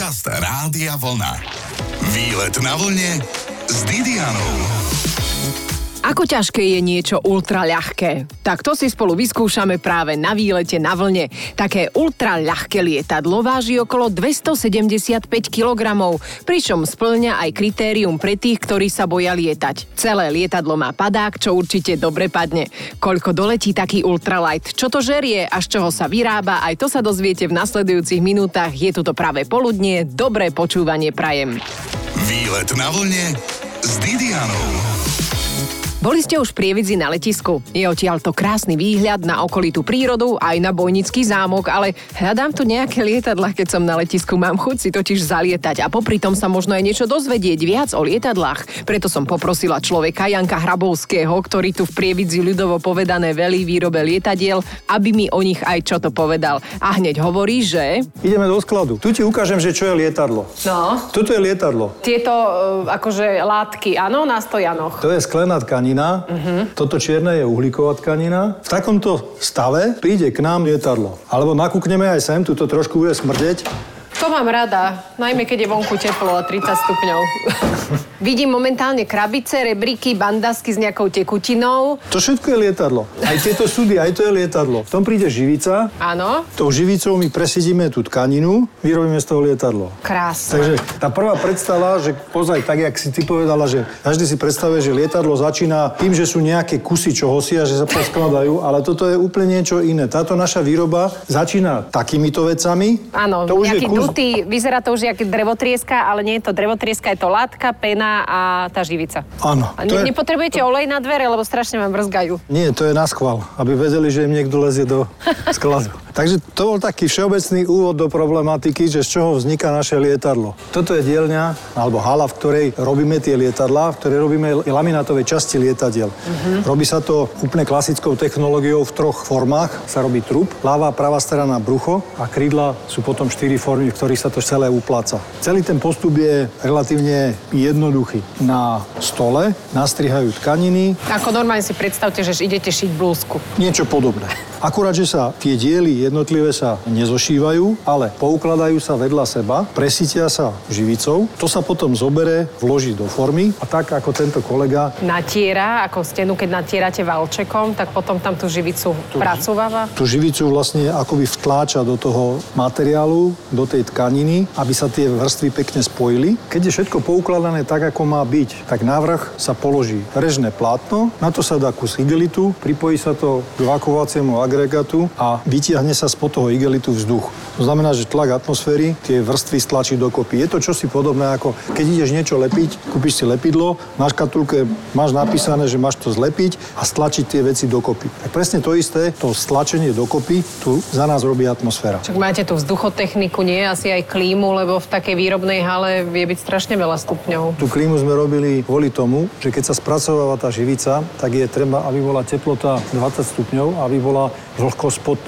Podcast Rádia Vlna. Výlet na vlne s Didianou. Ako ťažké je niečo ultraľahké? Tak to si spolu vyskúšame práve na výlete na vlne. Také ultraľahké lietadlo váži okolo 275 kg, pričom spĺňa aj kritérium pre tých, ktorí sa boja lietať. Celé lietadlo má padák, čo určite dobre padne. Koľko doletí taký ultralight, čo to žerie a z čoho sa vyrába, aj to sa dozviete v nasledujúcich minútach. Je tu to práve poludnie, dobré počúvanie prajem. Výlet na vlne s Didianou. Boli ste už v Prievidzi na letisku? Je odtiaľto krásny výhľad na okolitú prírodu, aj na Bojnický zámok, ale hľadám tu nejaké lietadlá, keď som na letisku, mám chuť si totiž zalietať a popri tom sa možno aj niečo dozvedieť viac o lietadlách. Preto som poprosila človeka Janka Hrabovského, ktorý tu v Prievidzi ľudovo povedané velí výrobe lietadiel, aby mi o nich aj čo to povedal. A hneď hovorí, že... Ideme do skladu. Tu ti ukážem, že čo je lietadlo. No. Toto je lietadlo. Tieto akože látky, áno, na stojanoch. To je sklená tkanina. Toto čierne je uhlíková tkanina. V takomto stave príde k nám lietadlo. Alebo nakúkneme aj sem, tuto trošku bude smrdeť. To mám rada, najmä keď je vonku teplo a 30 stupňov. Vidím momentálne krabice, rebríky, bandasky s nejakou tekutinou. To všetko je lietadlo. Aj tieto súdy, aj to je lietadlo. V tom príde živica. Áno. Tou živicou my presidíme tú tkaninu, vyrobíme z toho lietadlo. Krásne. Takže tá prvá predstava, že pozaj, tak jak si ty povedala, že každý si predstavuje, že lietadlo začína tým, že sú nejaké kusy čohosi a že sa poskladajú, ale toto je úplne niečo iné. Táto naša výroba začína takýmito vecami. Áno, to už nejaký je kus... vyzerá to už jak drevotrieska, ale nie je to drevotrieska, je to látka, pena a tá živica. Áno. Nepotrebujete olej na dvere, lebo strašne vám brzgajú. Nie, to je naschvál, aby vedeli, že im niekto lezie do skladu. Takže to bol taký všeobecný úvod do problematiky, že z čoho vzniká naše lietadlo. Toto je dielňa, alebo hala, v ktorej robíme tie lietadlá, v ktorej robíme laminátové časti lietadiel. Robí sa to úplne klasickou technológiou v troch formách. Sa robí trup, ľavá, pravá strana brucho a krídla sú potom 4 formy, v ktorých sa to celé upláca. Celý ten postup je relatívne jednoduchý. Na stole nastrihajú tkaniny. Ako normálne si predstavte, že idete šiť blúzku. Niečo podobné. Akurát, že sa tie diely jednotlivé sa nezošívajú, ale poukladajú sa vedľa seba, presítia sa živicou, to sa potom zobere, vloží do formy a tak ako tento kolega natiera, ako stenu, keď natierate valčekom, tak potom tam tú živicu pracováva. Tú živicu vlastne akoby vtláča do toho materiálu, do tej tkaniny, aby sa tie vrstvy pekne spojili. Keď je všetko poukladané tak, ako má byť, tak navrch sa položí režné plátno, na to sa dá kus igelitu, pripojí sa to k vakuovaciemu agregátu a vytiahne sa spod toho igelitu vzduch. To znamená, že tlak atmosféry tie vrstvy stlačí dokopy. Je to čosi podobné ako keď ideš niečo lepiť, kúpiš si lepidlo, na škatulke máš napísané, že máš to zlepiť a stlačiť tie veci dokopy. Tak presne to isté, to stlačenie dokopy tu za nás robí atmosféra. Čak máte tu vzduchotechniku, nie? Asi aj klímu, lebo v takej výrobnej hale vie byť strašne veľa stupňov. Tú klímu sme robili kvôli tomu, že keď sa spracováva tá živica, tak je treba, aby bola teplota 20 stupňov, aby bola vlhkosť pod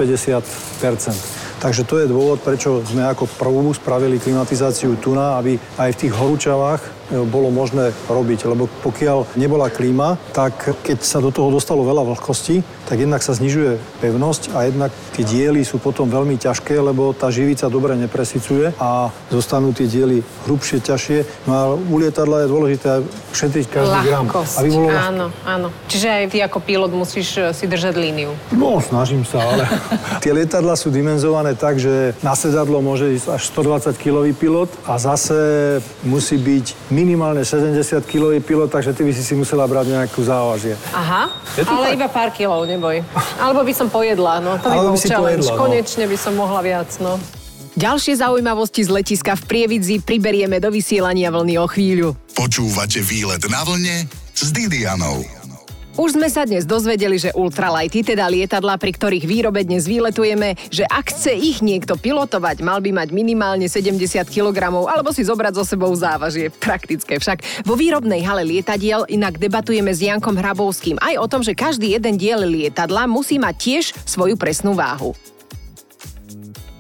50%. Takže to je dôvod, prečo sme ako prvú spravili klimatizáciu tuna, aby aj v tých horúčavách bolo možné robiť, lebo pokiaľ nebola klíma, tak keď sa do toho dostalo veľa vlhkosti, tak jednak sa znižuje pevnosť a jednak tie diely sú potom veľmi ťažké, lebo tá živica dobre nepresycuje a zostanú tie diely hrubšie, ťažšie. No a u lietadla je dôležité šetriť každý gram, aby bolo ľahké. Áno, áno. Čiže aj ty ako pilot musíš si držať líniu. No, snažím sa, ale tie lietadla sú dimenzované tak, že na sedadlo môže ísť až 120-kilový pilot a zase musí byť minimálne 70-kilový pilot, takže ty by si musela brať nejakú závažie. Aha, ale tak? Iba pár kilov, neboj. Alebo by som pojedla, no to by bol challenge. Pojedla, no. Konečne by som mohla viac, no. Ďalšie zaujímavosti z letiska v Prievidzi priberieme do vysielania vlny o chvíľu. Počúvate Výlet na vlne s Didianou. Už sme sa dnes dozvedeli, že ultralighty, teda lietadlá, pri ktorých výrobe dnes výletujeme, že ak chce ich niekto pilotovať, mal by mať minimálne 70 kg alebo si zobrať so sebou závažie. Praktické však. Vo výrobnej hale lietadiel inak debatujeme s Jankom Hrabovským aj o tom, že každý jeden diel lietadla musí mať tiež svoju presnú váhu.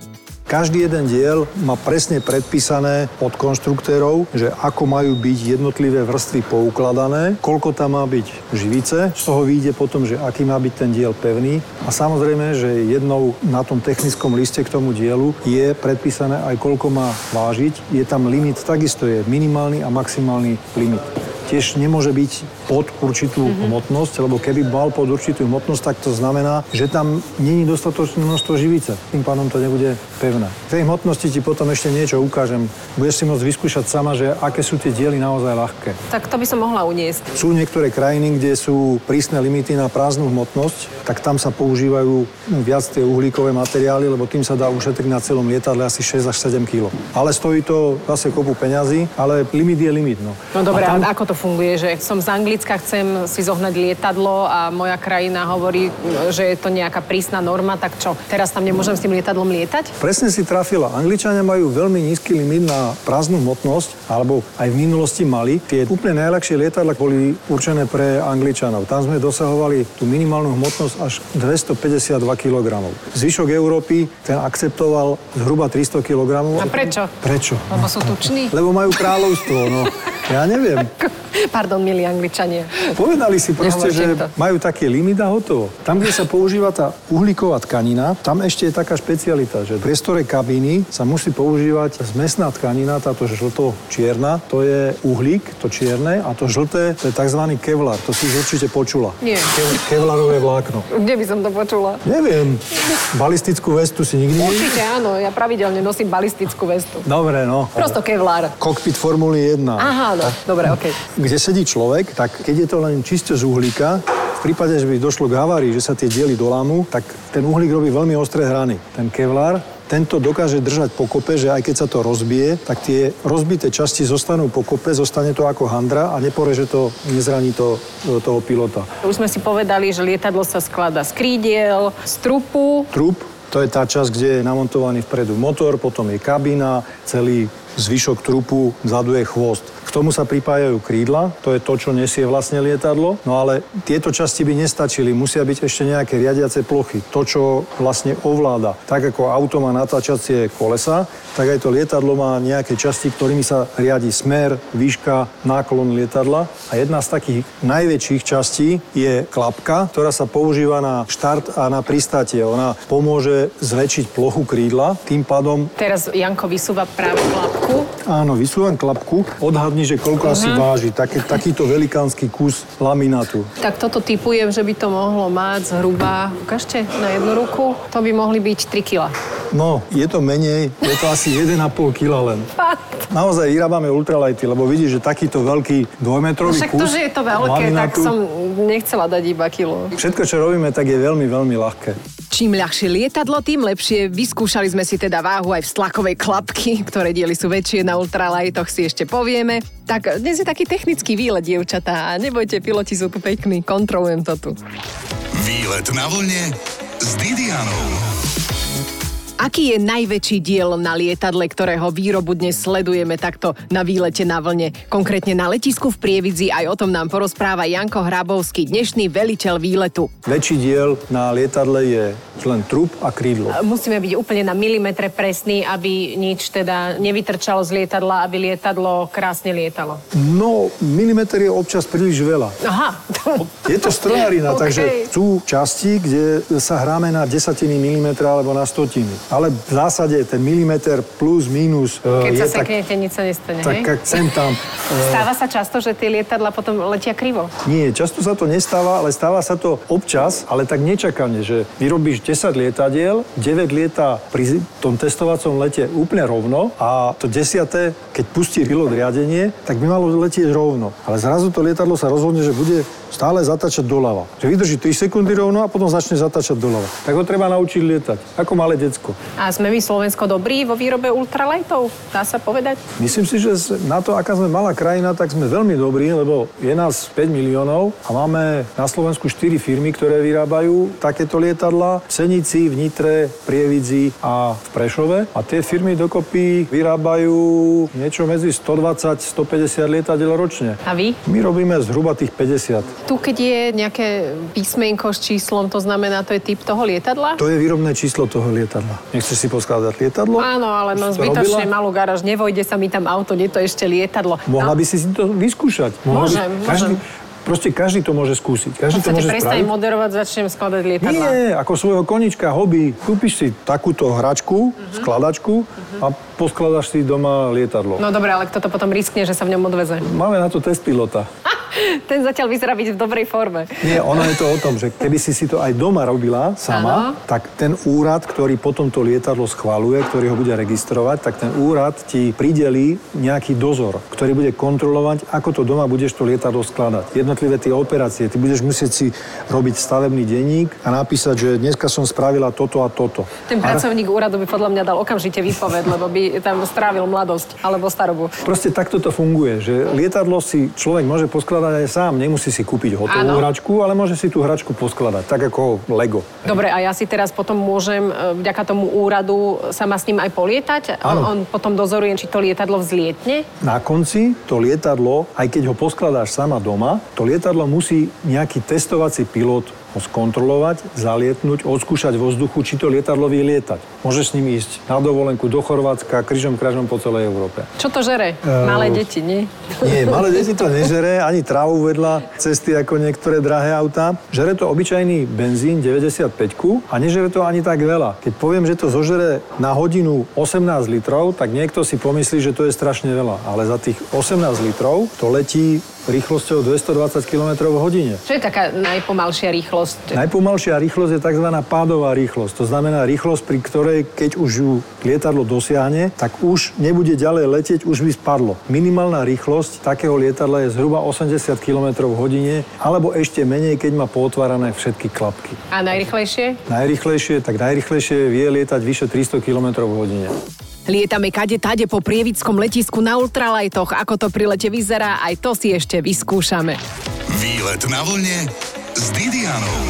Každý jeden diel má presne predpísané od konštruktérov, že ako majú byť jednotlivé vrstvy poukladané, koľko tam má byť živice, z toho vyjde potom, že aký má byť ten diel pevný. A samozrejme, že jednou na tom technickom liste k tomu dielu je predpísané aj koľko má vážiť. Je tam limit, takisto je minimálny a maximálny limit. Tiež nemôže byť pod určitú hmotnosť, lebo keby mal pod určitú hmotnosť, tak to znamená, že tam nie je dostatočné množstvo živice. Tým pádom to nebude pevné. V tej hmotnosti ti potom ešte niečo ukážem. Budeš si môcť vyskúšať sama, že aké sú tie diely naozaj ľahké. Tak to by som mohla uniesť. Sú niektoré krajiny, kde sú prísne limity na prázdnu hmotnosť, tak tam sa používajú viac tie uhlíkové materiály, lebo tým sa dá ušetriť na celom lietadle asi 6 až 7 kg. Ale stojí to zase kopu peňazí, ale limit je limit. No dobre, a ako to funguje, že som z Anglicka, chcem si zohnať lietadlo a moja krajina hovorí, že je to nejaká prísna norma, tak čo, teraz tam nemôžem s tým lietadlom lietať? Presne si trafila. Angličania majú veľmi nízky limit na prázdnu hmotnosť, alebo aj v minulosti mali. Tie úplne najľahšie lietadlá boli určené pre Angličanov. Tam sme dosahovali tú minimálnu hmotnosť až 252 kg. Zvyšok Európy ten akceptoval zhruba 300 kg. A prečo? Prečo? Lebo sú tuční? Lebo majú kráľovstvo, no. Ja neviem. Pardon, milí Angličania. Povedali si proste, že majú taký limit a hotovo. Tam, kde sa používa tá uhlíková tkanina, tam ešte je taká špecialita, že v priestore kabíny sa musí používať zmesná tkanina, táto žlto-čierna, to je uhlík, to čierne, a to žlté, to je tzv. Kevlar. To si určite počula. Nie. Kevlarové vlákno. Kde by som to počula? Neviem. Balistickú vestu si nikdy Určite áno, ja pravidelne nosím balistickú vestu. Dobre, no. Prosto Kevlar. Kokpit Formuly 1. Aha, no. Dobre, okej. Kde sedí človek, tak keď je to len čisto z uhlíka, v prípade, že by došlo k havárii, že sa tie diely dolámu, tak ten uhlík robí veľmi ostré hrany. Ten Kevlar, tento dokáže držať pokope, že aj keď sa to rozbije, tak tie rozbité časti zostanú pokope, zostane to ako handra a neporeže to, nezraní to toho pilota. Už sme si povedali, že lietadlo sa skladá z krídiel, z trupu. Trup, to je tá časť, kde je namontovaný vpredu motor, potom je kabína, celý zvyšok trupu, vzadu je chvost. K tomu sa pripájajú krídla, to je to, čo nesie vlastne lietadlo. No ale tieto časti by nestačili, musia byť ešte nejaké riadiace plochy. To, čo vlastne ovláda. Tak ako auto má natáčacie kolesa, tak aj to lietadlo má nejaké časti, ktorými sa riadi smer, výška, náklon lietadla. A jedna z takých najväčších častí je klapka, ktorá sa používa na štart a na pristátie. Ona pomôže zväčšiť plochu krídla, tým pádom... Teraz Janko vysúva práve klapku. Áno, vysúvam klapku, odhadni, že koľko asi váži. Takýto velikánsky kus laminátu. Tak toto tipujem, že by to mohlo mať zhruba, ukážte, na jednu ruku, to by mohli byť 3 kg. No, je to menej, je to asi 1,5 kg len. Fakt. Naozaj vyrábame ultralighty, lebo vidíš, že takýto veľký 2-metrový však kus to, že je to veľké, laminátu, tak som nechcela dať iba kilo. všetko, čo robíme, tak je veľmi, veľmi ľahké. Čím ľahšie lietadlo, tým lepšie. Vyskúšali sme si teda váhu aj v stlakovej klapky, ktoré diely sú väčšie, na ultralightoch si ešte povieme. Tak dnes je taký technický výlet, dievčatá. A nebojte, piloti sú tu pekní, kontrolujem to tu. Výlet na vlne s Didianou. Aký je najväčší diel na lietadle, ktorého výrobu dnes sledujeme takto na výlete na vlne? Konkrétne na letisku v Prievidzi, aj o tom nám porozpráva Janko Hrabovský, dnešný veliteľ výletu. Väčší diel na lietadle je len trup a krídlo. Musíme byť úplne na milimetre presný, aby nič teda nevytrčalo z lietadla, aby lietadlo krásne lietalo. No, milimeter je občas príliš veľa. Aha. Je to strojárina, Okay. takže sú časti, kde sa hráme na desatiny milimetra alebo na stotiny. Ale v zásade ten milimeter plus, minus Keď je sa seknete, nič sa nestane, tak, hej? sem tam. Stáva sa často, že tie lietadla potom letia krivo? Nie, často sa to nestáva, ale stáva sa to občas, ale tak nečakane, že vyrobíš 10 lietadiel, 9 lieta pri tom testovacom lete úplne rovno a to 10., keď pustí pilot riadenie, tak by malo letieť rovno. Ale zrazu to lietadlo sa rozhodne, že bude stále zatáčať doľava. Že vydrží 3 sekundy rovno a potom začne zatáčať doľava. Tak ho treba naučiť lietať, ako malé decko. A sme my Slovensko dobrí vo výrobe ultralightov? Dá sa povedať? Myslím si, že na to, aká sme malá krajina, tak sme veľmi dobrí, lebo je nás 5 miliónov a máme na Slovensku 4 firmy, ktoré vyrábajú takéto lietadlá. V Senici, v Nitre, v Prievidzi a v Prešove. A tie firmy dokopy vyrábajú niečo medzi 120-150 lietadiel ročne. A vy? My robíme zhruba tých 50. Tu, keď je nejaké písmenko s číslom, to znamená, to je typ toho lietadla? To je výrobné číslo toho lietadla. Nechceš si poskladať lietadlo? Áno, ale mám zbytočne malú garáž, nevojde sa mi tam auto, nie to ešte lietadlo. Mohla by si to vyskúšať. Môžem. Proste každý to môže skúsiť. Každý to môže spraviť. Prestaň moderovať, začnem skladať lietadla. Nie, ako svojho konička, hobby. Kúpiš si takúto hračku, skladačku a poskladaš si doma lietadlo. No dobre, ale kto to potom riskne, že sa v ňom odveze? Máme na to test pilota. Ten zatiaľ vyzerá byť v dobrej forme. Nie, ono je to o tom, že keby si to aj doma robila sama, tak ten úrad, ktorý potom to lietadlo schvaľuje, ktorý ho bude registrovať, tak ten úrad ti pridelí nejaký dozor, ktorý bude kontrolovať, ako to doma budeš to lietadlo skladať. Jednotlivé tie operácie, ty budeš musieť si robiť stavebný denník a napísať, že dneska som spravila toto a toto. Ten pracovník úradu by podľa mňa dal okamžite výpoveď, lebo by tam strávil mladosť alebo starobu. Proste takto to funguje, že lietadlo si človek môže poskladať aj sám, nemusí si kúpiť hotovú hračku, ale môže si tú hračku poskladať, tak ako Lego. Dobre, a ja si teraz potom môžem vďaka tomu úradu sama s ním aj polietať? On potom dozoruje, či to lietadlo vzlietne? Na konci to lietadlo, aj keď ho poskladáš sama doma, to lietadlo musí nejaký testovací pilot ho skontrolovať, zalietnúť, odskúšať vo vzduchu, či to lietadlo vie lietať. Môžeš s ním ísť na dovolenku do Chorvátska, krížom krážom po celej Európe. Čo to žere? Malé deti, nie? Nie, malé deti to nežere, ani trávu vedľa cesty ako niektoré drahé autá. Žere to obyčajný benzín 95 a nežere to ani tak veľa. Keď poviem, že to zožere na hodinu 18 litrov, tak niekto si pomyslí, že to je strašne veľa. Ale za tých 18 litrov to letí rýchlosťou 220 km v hodine. Čo je taká najpomalšia rýchlosť? Najpomalšia rýchlosť je tzv. Pádová rýchlosť. To znamená rýchlosť, pri ktorej, keď už ju lietadlo dosiahne, tak už nebude ďalej letieť, už by spadlo. Minimálna rýchlosť takého lietadla je zhruba 80 km v hodine, alebo ešte menej, keď má pootvárané všetky klapky. A najrýchlejšie? Najrýchlejšie vie lietať vyše 300 km v hodine. Lietame kade-tade po prievickom letisku na ultralightoch. Ako to pri lete vyzerá, aj to si ešte vyskúšame. Výlet na vlne s Didianou.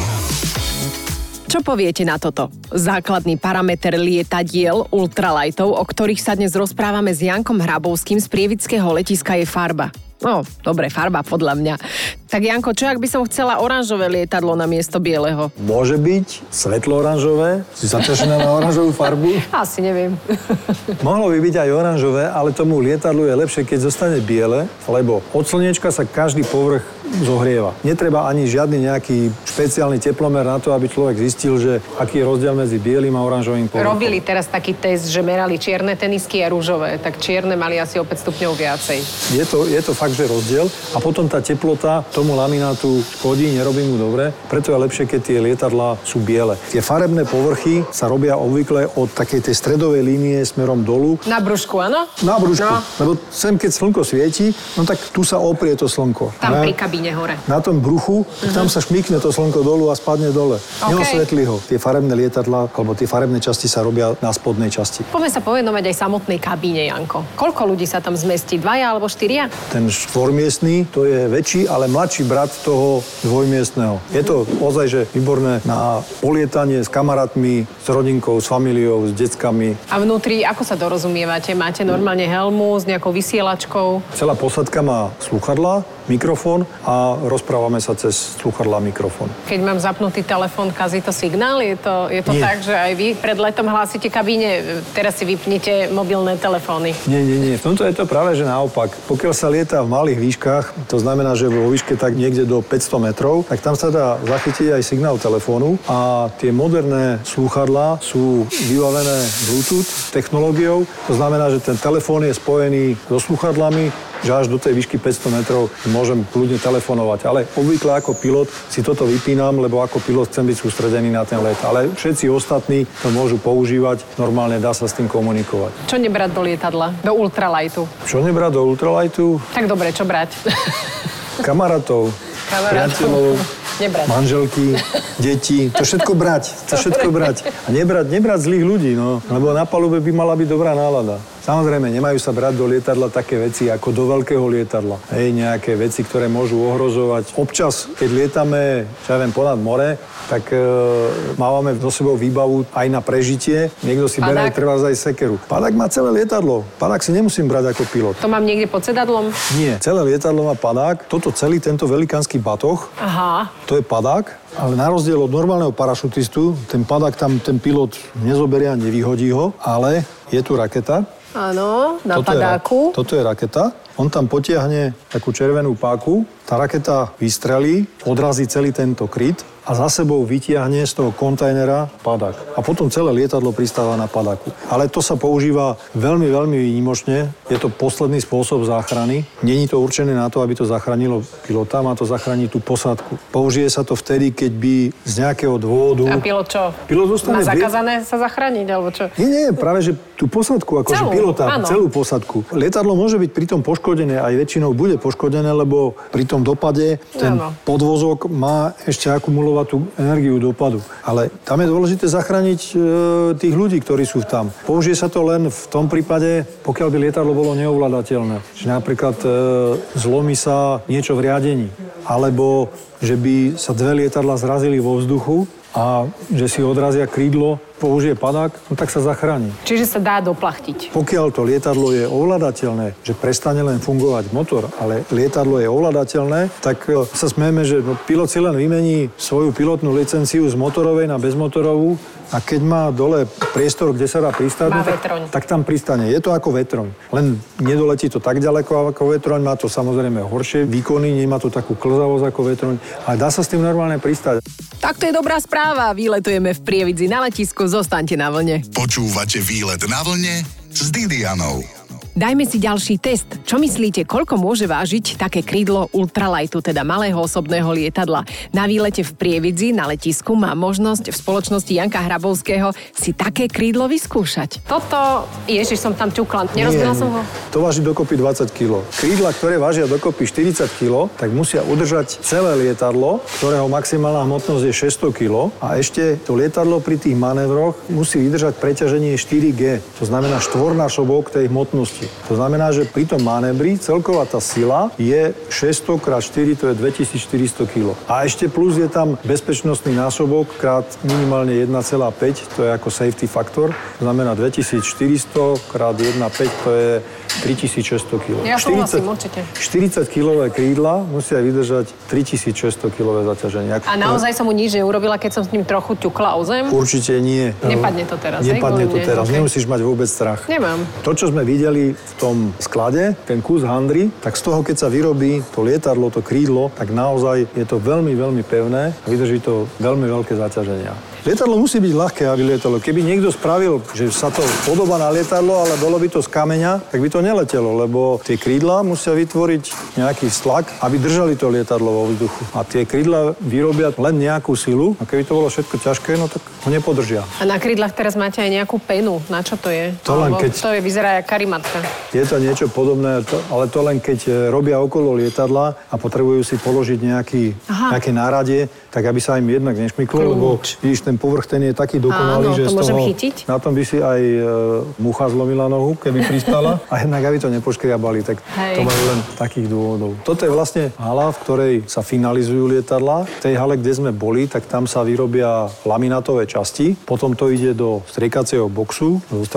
Čo poviete na toto? Základný parameter lietadiel ultralightov, o ktorých sa dnes rozprávame s Jankom Hrabovským z prievického letiska, je farba. No, dobre, farba podľa mňa. Tak Janko, čo ak by som chcela oranžové lietadlo na miesto bieleho? Môže byť svetlo-oranžové. Si zaťažená na oranžovú farbu? Asi neviem. Mohlo by byť aj oranžové, ale tomu lietadlu je lepšie, keď zostane biele, lebo od slniečka sa každý povrch zohrieva. Netreba ani žiadny nejaký špeciálny teplomer na to, aby človek zistil, že aký je rozdiel medzi bielým a oranžovým povrchom. Robili teraz taký test, že merali čierne tenisky a ružové, tak čierne mali asi o 5 stupňov viacej. Je to fakt, že rozdiel. A potom tá teplota tomu laminátu škodí, nerobí mu dobre. Preto je lepšie, keď tie lietadlá sú biele. Tie farebné povrchy sa robia obvykle od takej tej stredovej línie smerom dolu. Na brúšku, áno? Na brúšku. No. Lebo sem, keď slnko svieti, no tak tu sa oprie to slnko. Tam pri kabíne hore. Na tom bruchu, tam sa šmykne to slnko dolu a spadne dole. Okay. Neosvetlí ho. Tie farebné lietadlá, alebo tie farebné časti sa robia na spodnej časti. Poďme sa povenovať aj samotnej kabíne, Janko. Koľko ľudí sa tam zmestí? 2 alebo 4? Ten štvormiestny, to je väčší, ale mladší brat toho dvojmiestneho. Je to ozaj, že výborné na polietanie s kamarátmi, s rodinkou, s familiou, s deckami. A vnútri, ako sa dorozumievate? Máte normálne helmu s nejakou vysielačkou? Celá posádka má slúchadlá, mikrofón a rozprávame sa cez slúchadlá a mikrofón. Keď mám zapnutý telefón, kazí to signál? Je to tak, že aj vy pred letom hlásite kabíne, teraz si vypnete mobilné telefóny? Nie. V tomto je to práve, že naopak. Pokiaľ sa lieta v malých výškach, to znamená, že vo výške tak niekde do 500 metrov, tak tam sa dá zachytiť aj signál telefónu a tie moderné slúchadlá sú vybavené Bluetooth technológiou. To znamená, že ten telefón je spojený so slúchadlami, že až do tej výšky 500 metrov môžem kľudne telefonovať. Ale obvykle ako pilot si toto vypínam, lebo ako pilot chcem byť sústredený na ten let. Ale všetci ostatní to môžu používať, normálne dá sa s tým komunikovať. Čo nebrať do lietadla? Do ultralightu? Čo nebrať do ultralightu? Tak dobre, čo brať? Kamarátov, priateľov, manželky, deti, to všetko brať. A nebrať zlých ľudí, no. Lebo na palube by mala byť dobrá nálada. Samozrejme, nemajú sa brať do lietadla také veci ako do veľkého lietadla. Hej, nejaké veci, ktoré môžu ohrozovať. Občas, keď lietame, čo ja viem, ponad more, tak máme so sebou výbavu aj na prežitie. Niekto si berie treba aj sekeru. Padák má celé lietadlo. Padák si nemusím brať ako pilot. To mám niekde pod sedadlom? Nie. Celé lietadlo má padák. Toto celý tento velikánsky batoh, to je padák. Ale na rozdiel od normálneho parašutistu, ten padák tam ten pilot nezoberie a nevyhodí ho, ale je tu raketa. Áno, na padáku. Toto je raketa. On tam potiahne takú červenú páku, tá raketa vystrelí, odrazí celý tento kryt a za sebou vytiahne z toho kontajnera padák. A potom celé lietadlo pristáva na padáku. Ale to sa používa veľmi, veľmi výnimočne. Je to posledný spôsob záchrany. Není to určené na to, aby to zachránilo pilota, má to zachrániť tú posádku. Použije sa to vtedy, keď by z nejakého dôvodu... A pilot čo? Pilot zostane... Má zakázané sa zachrániť, alebo čo? Nie, práve že tú posádku, akože pilota, celú posádku. Lietadlo môže byť pritom poškodené, aj väčšinou bude poškodené, lebo pri tom dopade ten podvozok má ešte akumulovať tú energiu dopadu. Ale tam je dôležité zachrániť tých ľudí, ktorí sú tam. Použije sa to len v tom prípade, pokiaľ by lietadlo bolo neovládateľné. Že napríklad zlomí sa niečo v riadení. Alebo že by sa dve lietadlá zrazili vo vzduchu a že si odrazia krídlo, použije padák, no tak sa zachráni. Čiže sa dá doplachtiť. Pokiaľ to lietadlo je ovládateľné, že prestane len fungovať motor, ale lietadlo je ovládateľné, tak sa smieme, že pilot si len vymení svoju pilotnú licenciu z motorovej na bezmotorovú a keď má dole priestor, kde sa dá pristať, tak tam pristane. Je to ako vetroň. Len nedoletí to tak ďaleko ako vetroň, má to samozrejme horšie výkony, nemá to takú klzavosť ako vetroň, ale dá sa s tým normálne pristať. Tak to je dobrá správa. Výletujeme v Prievidzi na letisku. Zostaňte na vlne. Počúvate Výlet na vlne s Didianou. Dajme si ďalší test. Čo myslíte, koľko môže vážiť také krídlo ultralightu, teda malého osobného lietadla? Na výlete v Prievidzi na letisku má možnosť v spoločnosti Janka Hrabovského si také krídlo vyskúšať. Toto, ježiš, som tam ťukla, nerozbila som ho? To váži dokopy 20 kg. Krídla, ktoré vážia dokopy 40 kg, tak musia udržať celé lietadlo, ktorého maximálna hmotnosť je 600 kg. A ešte to lietadlo pri tých manévroch musí vydržať preťaženie 4G. To znamená štvornásobok tej hmotnosti. To znamená, že pri tom manévri celková tá sila je 600 x 4, to je 2400 kg. A ešte plus je tam bezpečnostný násobok krát minimálne 1,5, to je ako safety faktor. To znamená 2400 x 1,5, to je 3600 kg. Ja súhlasím, určite. 40-kilové krídla musia vydržať 3600 kilové zaťaženie. A naozaj som mu nič neurobila, keď som s ním trochu ťukla o zem? Určite nie. Nepadne to teraz, Nepadne to teraz, okay. Nemusíš mať vôbec strach. Nemám. To, čo sme videli v tom sklade, ten kus handry, tak z toho, keď sa vyrobí to lietadlo, to krídlo, tak naozaj je to veľmi, veľmi pevné a vydrží to veľmi veľké zaťaženia. Lietadlo musí byť ľahké, aby lietalo. Keby niekto spravil, že sa to podobá na lietadlo, ale bolo by to z kameňa, tak by to neletelo, lebo tie krídla musia vytvoriť nejaký tlak, aby držali to lietadlo vo vzduchu. A tie krídla vyrobia len nejakú silu, a keby to bolo všetko ťažké, no tak ho nepodržia. A na krídlach teraz máte aj nejakú penu. Na čo to je? To len keď... To vyzerá ako karimatka. Je to niečo podobné, ale to len keď robia okolo lietadla a potrebujú si položiť nejaké náradie, tak aby sa im jednak nešmyklo, lebo vidíš, ten povrch ten je taký dokonalý, že to z toho, chytiť? Na tom by si aj mucha zlomila nohu, keby pristala. A jednak, aby to nepoškriabali, tak to majú len takých dôvodov. Toto je vlastne hala, v ktorej sa finalizujú lietadlá. V tej hale, kde sme boli, tak tam sa vyrobia laminátové časti. Potom to ide do striekacieho boxu,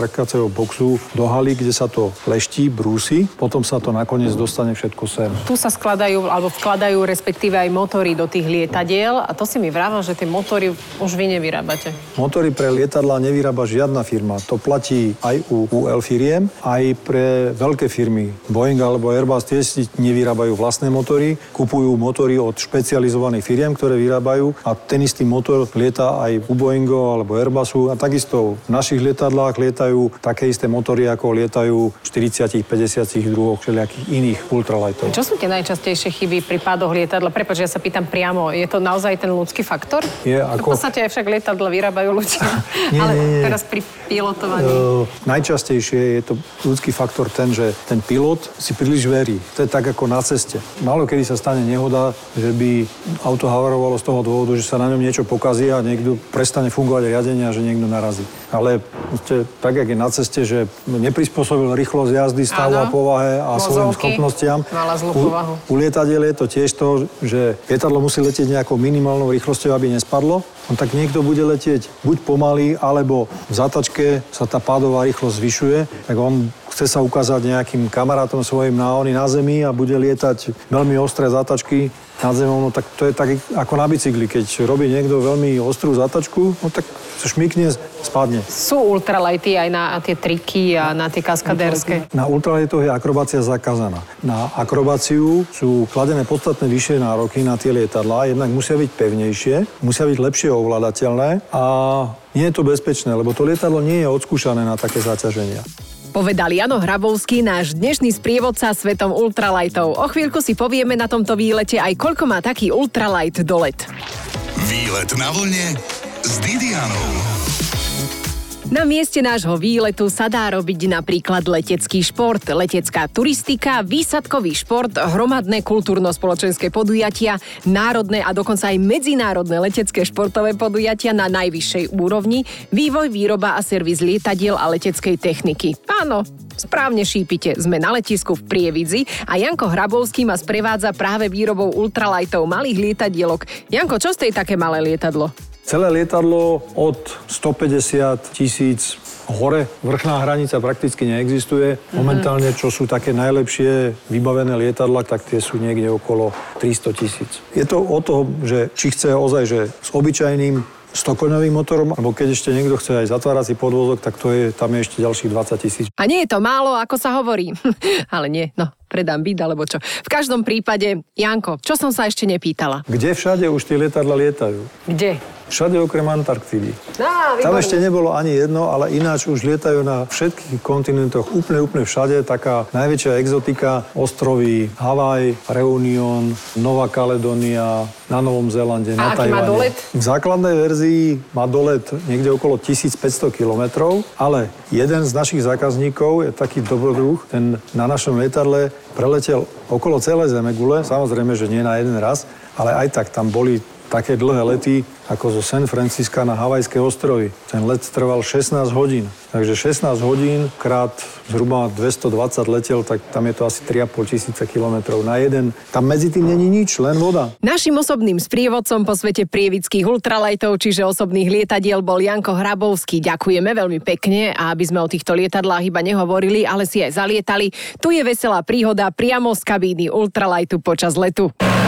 do haly, kde sa to leští, brúsi. Potom sa to nakoniec dostane všetko sem. Tu sa skladajú, alebo vkladajú respektíve aj motory do tých lietadiel. A to si mi vravel, že tie motory už vy nevyrábate. Motory pre lietadlá nevyrába žiadna firma. To platí aj u UL firiem, aj pre veľké firmy. Boeing alebo Airbus tiež nevyrábajú vlastné motory, kupujú motory od špecializovaných firiem, ktoré vyrábajú a ten istý motor lieta aj u Boeingu alebo Airbusu a takisto v našich lietadlách lietajú také isté motory, ako lietajú 40-50 druhoch všelijakých iných ultralightov. Čo sú tie najčastejšie chyby pri pádoch lietadla? Prepáč, ja sa pýtam priamo, je to naozaj ten ľudský faktor? Je ako... V podstate aj však lietadla vyrábajú ľudia, ale teraz pri pilotovaní. Najčastejšie je to ľudský faktor ten, že ten pilot si príliš verí. To je tak ako ako na ceste. Málo kedy sa stane nehoda, že by auto havarovalo z toho dôvodu, že sa na ňom niečo pokazí a niekto prestane fungovať riadenie a že niekto narazí. Ale tak, jak je na ceste, že neprispôsobil rýchlosť jazdy stavu a povahe a svojim schopnostiam. U lietadiel je to tiež to, že lietadlo musí letieť nejakou minimálnou rýchlosťou, aby nespadlo. Tak niekto bude letieť buď pomaly, alebo v zatačke sa tá pádová rýchlosť zvyšuje, tak on chce sa ukázať nejakým kamarátom svojim na zemi a bude lietať veľmi ostré zatačky nad zemou, no tak to je tak ako na bicykli. Keď robí niekto veľmi ostrú zatačku, no tak sa šmykne, spadne. Sú ultralighty aj na tie triky a na tie kaskadérske? Na ultralightoch je akrobácia zakázaná. Na akrobáciu sú kladené podstatne vyššie nároky na tie lietadlá, jednak musia byť pevnejšie, musia byť lepšie ovládateľné a nie je to bezpečné, lebo to lietadlo nie je odskúšané na také zaťaženia. Povedal Jano Hrabovský, náš dnešný sprievodca svetom ultralightov. O chvíľku si povieme na tomto výlete aj koľko má taký ultralight dolet. Výlet na vlne s Didianou. Na mieste nášho výletu sa dá robiť napríklad letecký šport, letecká turistika, výsadkový šport, hromadné kultúrno-spoločenské podujatia, národné a dokonca aj medzinárodné letecké športové podujatia na najvyššej úrovni, vývoj, výroba a servis lietadiel a leteckej techniky. Áno, správne šípite, sme na letisku v Prievidzi a Janko Hrabovský ma sprevádza práve výrobou ultralightov malých lietadielok. Janko, čo z tej také malé lietadlo? Celé lietadlo od 150 000 hore. Vrchná hranica prakticky neexistuje. Momentálne, čo sú také najlepšie vybavené lietadla, tak tie sú niekde okolo 300 000. Je to o tom, že či chce ozaj, že s obyčajným 100-koňovým motorom, alebo keď ešte niekto chce aj zatvárací podvozok, tak tam je ešte ďalších 20 000. A nie je to málo, ako sa hovorí. Ale nie, predám byt, alebo čo. V každom prípade, Janko, čo som sa ešte nepýtala? Kde všade už tie lietadla lietajú? Kde? Všade okrem Antarktídy. Tam ešte nebolo ani jedno, ale ináč už lietajú na všetkých kontinentoch úplne všade. Taká najväčšia exotika, ostrovy Havaj, Reunion, Nová Kaledónia, na Novom Zélande, na Tajvane. A aký má dolet? V základnej verzii má dolet niekde okolo 1500 kilometrov, ale jeden z našich zákazníkov je taký dobrodruh, ten na našom lietadle preletel okolo celej Zemegule, samozrejme, že nie na jeden raz, ale aj tak tam boli také dlhé lety, ako zo San Francisca na Havajské ostrovy. Ten let trval 16 hodín. Takže 16 hodín krát zhruba 220 letel, tak tam je to asi 3 500 kilometrov na jeden. Tam medzi tým není nič, len voda. Našim osobným sprievodcom po svete prievidských ultralightov, čiže osobných lietadiel, bol Janko Hrabovský. Ďakujeme veľmi pekne a aby sme o týchto lietadlách iba nehovorili, ale si aj zalietali. Tu je veselá príhoda priamo z kabíny ultralightu počas letu.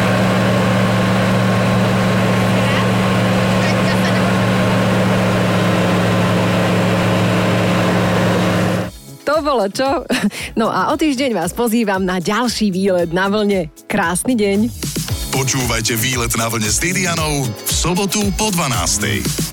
To bolo čo? No a o týždeň vás pozývam na ďalší výlet na vlne. Krásny deň. Počúvajte Výlet na vlne s Didianou v sobotu po 12:00.